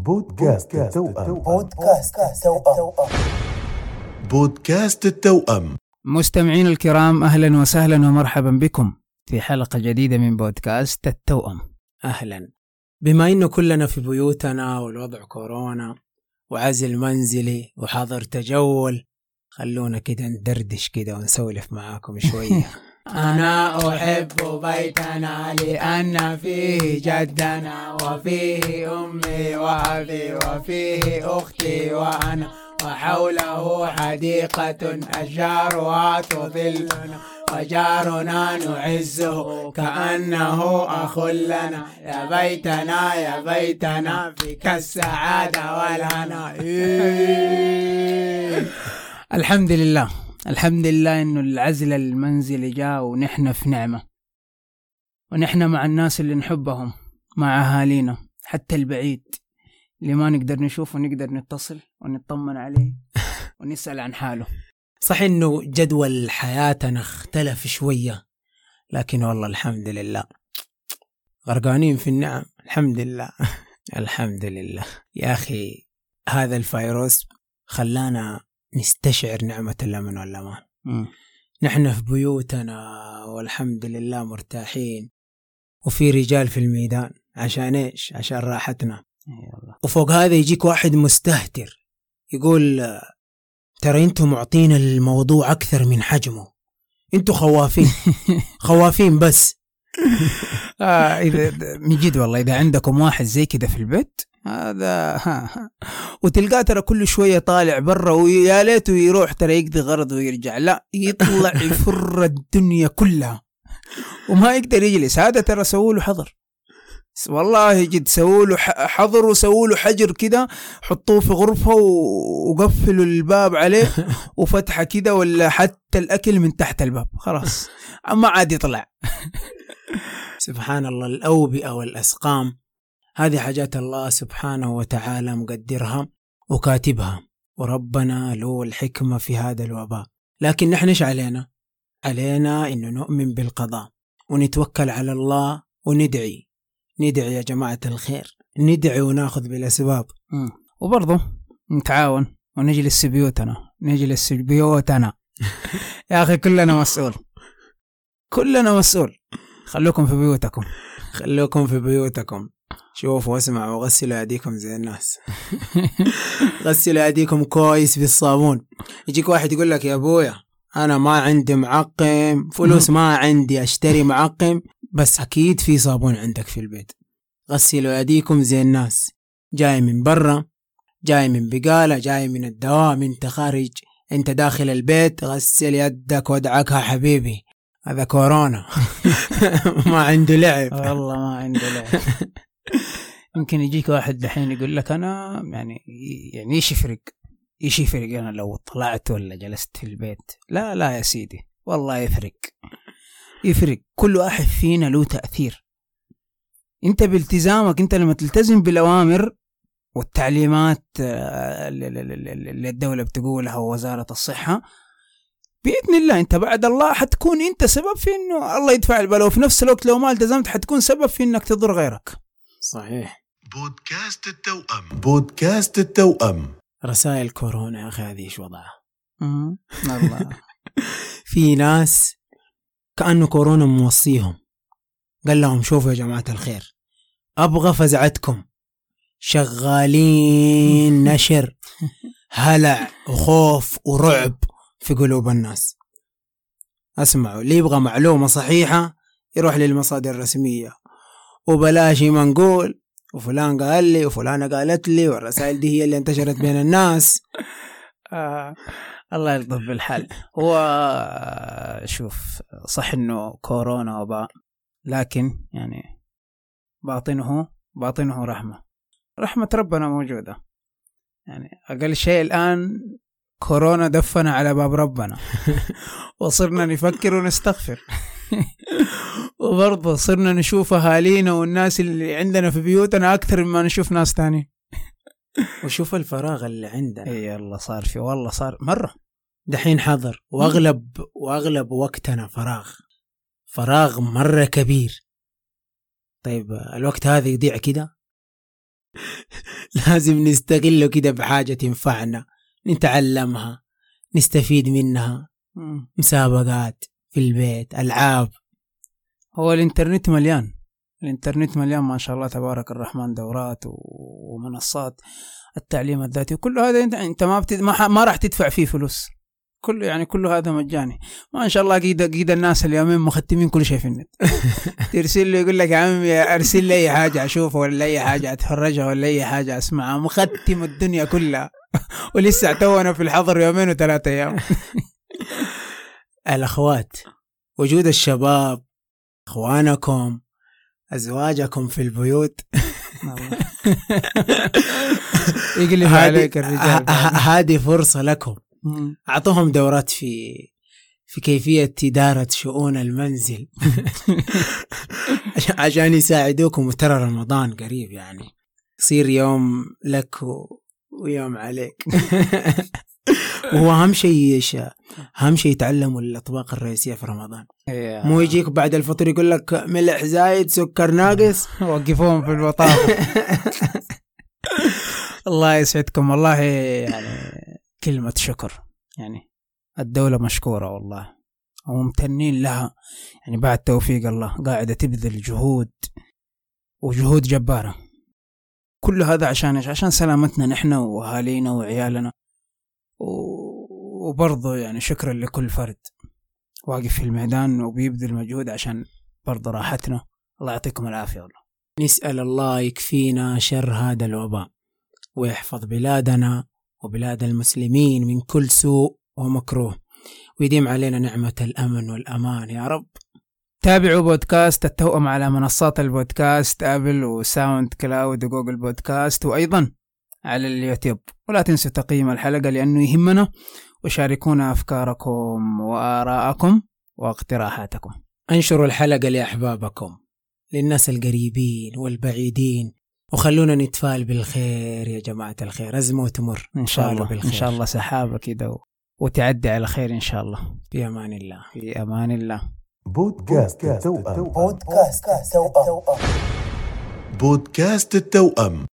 بودكاست التوأم. بودكاست التوأم. مستمعين الكرام، أهلا وسهلا ومرحبا بكم في حلقة جديدة من بودكاست التوأم. أهلا. بما إنه كلنا في بيوتنا والوضع كورونا وعزل منزلي وحظر تجول، خلونا كده ندردش كده ونسولف معاكم شوية. أنا أحب بيتنا لأن فيه جدنا وفيه أمي وأبي وفيه أختي وأنا وحوله حديقة أشجارها تظلنا وجارنا نعزه كأنه أخ لنا. يا بيتنا يا بيتنا فيك السعادة والهنا. الحمد لله إنه العزل المنزلي جاء ونحن في نعمة، ونحن مع الناس اللي نحبهم، مع أهالينا حتى البعيد اللي ما نقدر نشوفه ونقدر نتصل ونطمن عليه ونسأل عن حاله. صح إنه جدول حياتنا اختلف شوية، لكن والله الحمد لله غرقانين في النعم. الحمد لله. الحمد لله يا أخي، هذا الفيروس خلانا نستشعر نعمة الأمن والأمان. نحن في بيوتنا والحمد لله مرتاحين، وفي رجال في الميدان. عشان إيش؟ عشان راحتنا. وفوق هذا يجيك واحد مستهتر يقول ترى انتم معطين الموضوع أكثر من حجمه، انتم خوافين. خوافين بس. إذا من جد والله إذا عندكم واحد زي كده في البيت هذا وتلقاه ترى كل شوية طالع برا، ويا ليته يروح ترى يقضي غرض ويرجع، لا يطلع يفر الدنيا كلها وما يقدر يجلس. هذا ترى سووا له حظر، والله جد سووا له حظر وسووا له حجر كده، حطوه في غرفة وقفلوا الباب عليه وفتحه كده، ولا حتى الأكل من تحت الباب خلاص ما عاد يطلع. سبحان الله. الأوبئة والأسقام هذه حاجات الله سبحانه وتعالى مقدرها وكاتبها، وربنا له الحكمة في هذا الوباء. لكن نحن إيش علينا؟ علينا إنه نؤمن بالقضاء ونتوكل على الله وندعي يا جماعة الخير، ندعي وناخذ بالأسباب. وبرضه نتعاون ونجلس بيوتنا يا أخي كلنا مسؤول. خلوكم في بيوتكم. شوفوا واسمعوا وغسلوا أيديكم زي الناس. غسلوا أيديكم كويس بالصابون. يجيك واحد يقول لك يا أبويا أنا ما عندي معقم، فلوس ما عندي أشتري معقم، بس أكيد في صابون عندك في البيت. غسلوا أيديكم زي الناس. جاي من برا، جاي من بقالة، جاي من الدوام، انت خارج، انت داخل البيت، غسل يدك وادعكها حبيبي، هذا كورونا. ما عنده لعب والله ما عنده لعب. يمكن يجيك واحد دحين يقول لك أنا يعني إيش يفرق أنا لو طلعت ولا جلست في البيت؟ لا يا سيدي، والله يفرق. كل واحد فينا له تأثير. انت بالتزامك، انت لما تلتزم بالأوامر والتعليمات اللي الدولة بتقولها ووزارة الصحة، بإذن الله انت بعد الله حتكون انت سبب في انه الله يدفع البلاء، وفي نفس الوقت لو ما التزمت حتكون سبب في انك تضر غيرك. صحيح. بودكاست التوأم. رسائل كورونا يا أخي هذه إيش وضعها؟ الله. في ناس كأنه كورونا موصيهم، قال لهم شوفوا يا جماعة الخير، أبغى فزعتكم، شغالين نشر هلع وخوف ورعب في قلوب الناس. اسمعوا، اللي يبغى معلومة صحيحة يروح للمصادر الرسمية، وبلاش ما نقول وفلان قال لي وفلانة قالت لي، والرسائل دي هي اللي انتشرت بين الناس. الله يلطف بالحال. هو شوف، صح انه كورونا وباء، لكن يعني باطنه رحمة ربنا موجودة. يعني أقل شيء الآن كورونا دفنا على باب ربنا وصرنا نفكر ونستغفر. وبرضه صرنا نشوف أهالينا والناس اللي عندنا في بيوتنا أكثر مما نشوف ناس تاني. وشوف الفراغ اللي عندنا. اي الله صار مرة دحين حظر، واغلب وقتنا فراغ مرة كبير. طيب الوقت هذا يضيع كده؟ لازم نستغله كده بحاجة تنفعنا، نتعلمها، نستفيد منها. مسابقات في البيت، ألعاب. هو الانترنت مليان، الانترنت مليان ما شاء الله تبارك الرحمن، دورات ومنصات التعليم الذاتي، وكل هذا انت ما راح تدفع فيه فلوس، كله يعني كله هذا مجاني. ما شاء الله قيد الناس اليومين مختمين كل شيء في النت. ترسل له يقول لك يا عمي ارسل لي اي حاجه اشوفها ولا اي حاجه اتفرجها ولا اي حاجه اسمعها، مختم الدنيا كلها. ولسه تونا في الحظر 2 و3 أيام. الأخوات، وجود الشباب، أخوانكم، أزواجكم في البيوت يقلب عليك الرجال. هذه فرصة لكم. أعطوهم دورات في كيفية إدارة شؤون المنزل عشان يساعدوكم. وترى رمضان قريب، يعني يصير يوم لك ويوم عليك. وهو أهم شيء يتعلموا الأطباق الرئيسية في رمضان. مو يجيك بعد الفطور يقول لك ملح زايد، سكر ناقص، وقفوهم في البطاقة. الله يسعدكم والله. يعني كلمة شكر، يعني الدولة مشكورة والله وممتنين لها، يعني بعد توفيق الله قاعدة تبذل جهود جبارة. كل هذا عشان سلامتنا نحن وأهالينا وعيالنا. وبرضه يعني شكرا لكل فرد واقف في الميدان وبيبذل مجهود عشان برضه راحتنا. الله يعطيكم العافية والله. نسأل الله يكفينا شر هذا الوباء، ويحفظ بلادنا وبلاد المسلمين من كل سوء ومكروه، ويديم علينا نعمة الأمن والأمان يا رب. تابعوا بودكاست التوأم على منصات البودكاست آبل وساوند كلاود وجوجل بودكاست، وأيضا على اليوتيوب. ولا تنسوا تقييم الحلقة لأنه يهمنا، وشاركونا أفكاركم وآراءكم واقتراحاتكم. انشروا الحلقة لأحبابكم، للناس القريبين والبعيدين، وخلونا نتفائل بالخير يا جماعة الخير. أزمة وتمر إن شاء الله بالخير. إن شاء الله سحابة كده وتعدي على خير إن شاء الله. في أمان الله. في أمان الله. بودكاست التوأم.